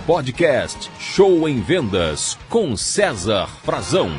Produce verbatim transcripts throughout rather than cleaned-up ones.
podcast Show em Vendas com César Frazão.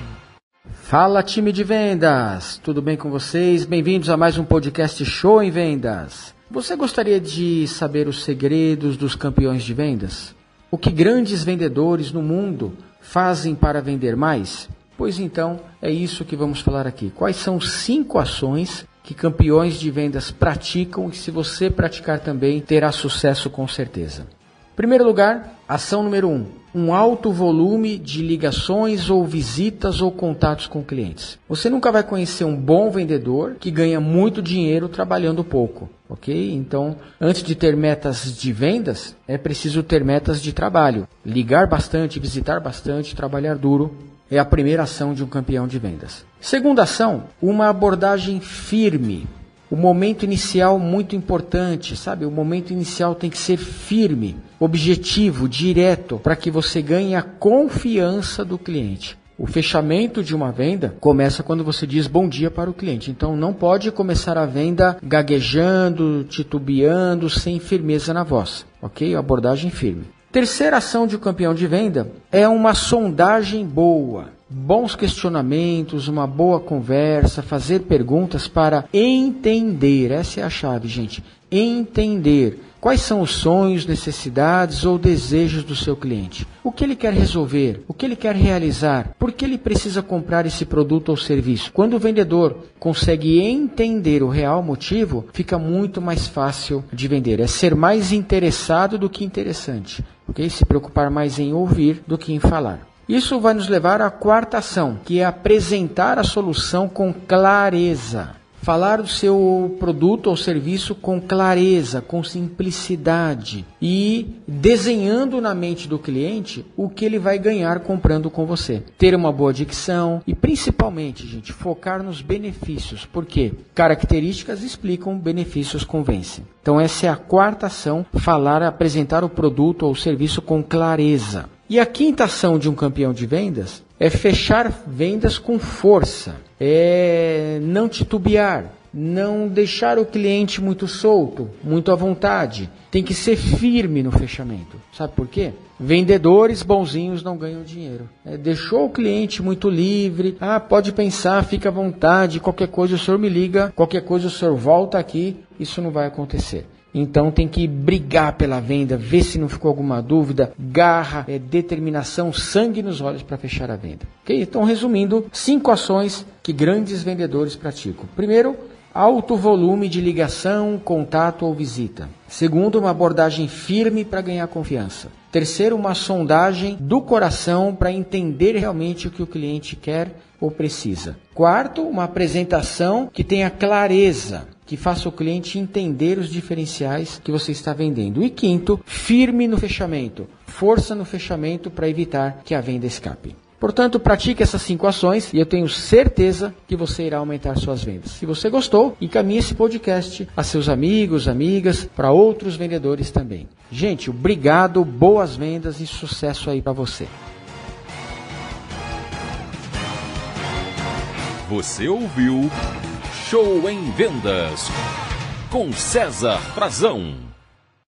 Fala, time de vendas, tudo bem com vocês? Bem-vindos a mais um podcast Show em Vendas. Você gostaria de saber os segredos dos campeões de vendas? O que grandes vendedores no mundo fazem para vender mais? Pois então, é isso que vamos falar aqui. Quais são cinco ações que campeões de vendas praticam e se você praticar também, terá sucesso com certeza. Em primeiro lugar, ação número um, um alto volume de ligações ou visitas ou contatos com clientes. Você nunca vai conhecer um bom vendedor que ganha muito dinheiro trabalhando pouco, ok? Então, antes de ter metas de vendas, é preciso ter metas de trabalho. Ligar bastante, visitar bastante, trabalhar duro é a primeira ação de um campeão de vendas. Segunda ação, uma abordagem firme. O momento inicial muito importante, sabe? O momento inicial tem que ser firme, objetivo, direto, para que você ganhe a confiança do cliente. O fechamento de uma venda começa quando você diz bom dia para o cliente. Então não pode começar a venda gaguejando, titubeando, sem firmeza na voz, ok? Abordagem firme. Terceira ação de um campeão de venda é uma sondagem boa. Bons questionamentos, uma boa conversa, fazer perguntas para entender. Essa é a chave, gente. Entender quais são os sonhos, necessidades ou desejos do seu cliente. O que ele quer resolver, o que ele quer realizar, por que ele precisa comprar esse produto ou serviço. Quando o vendedor consegue entender o real motivo, fica muito mais fácil de vender. É ser mais interessado do que interessante. Okay? Se preocupar mais em ouvir do que em falar. Isso vai nos levar à quarta ação, que é apresentar a solução com clareza. Falar do seu produto ou serviço com clareza, com simplicidade e desenhando na mente do cliente o que ele vai ganhar comprando com você. Ter uma boa dicção e principalmente, gente, focar nos benefícios, porque características explicam, benefícios convencem. Então essa é a quarta ação, falar, apresentar o produto ou serviço com clareza. E a quinta ação de um campeão de vendas é fechar vendas com força, é não titubear, não deixar o cliente muito solto, muito à vontade. Tem que ser firme no fechamento. Sabe por quê? Vendedores bonzinhos não ganham dinheiro. É, deixou o cliente muito livre, ah, pode pensar, fica à vontade, qualquer coisa o senhor me liga, qualquer coisa o senhor volta aqui, isso não vai acontecer. Então tem que brigar pela venda, ver se não ficou alguma dúvida, garra, é, determinação, sangue nos olhos para fechar a venda. Okay? Então, resumindo, cinco ações que grandes vendedores praticam. Primeiro, alto volume de ligação, contato ou visita. Segundo, uma abordagem firme para ganhar confiança. Terceiro, uma sondagem do coração para entender realmente o que o cliente quer ou precisa. Quarto, uma apresentação que tenha clareza, que faça o cliente entender os diferenciais que você está vendendo. E quinto, firme no fechamento, força no fechamento para evitar que a venda escape. Portanto, pratique essas cinco ações e eu tenho certeza que você irá aumentar suas vendas. Se você gostou, encaminhe esse podcast a seus amigos, amigas, para outros vendedores também. Gente, obrigado, boas vendas e sucesso aí para você. Você ouviu Show em Vendas com César Frazão.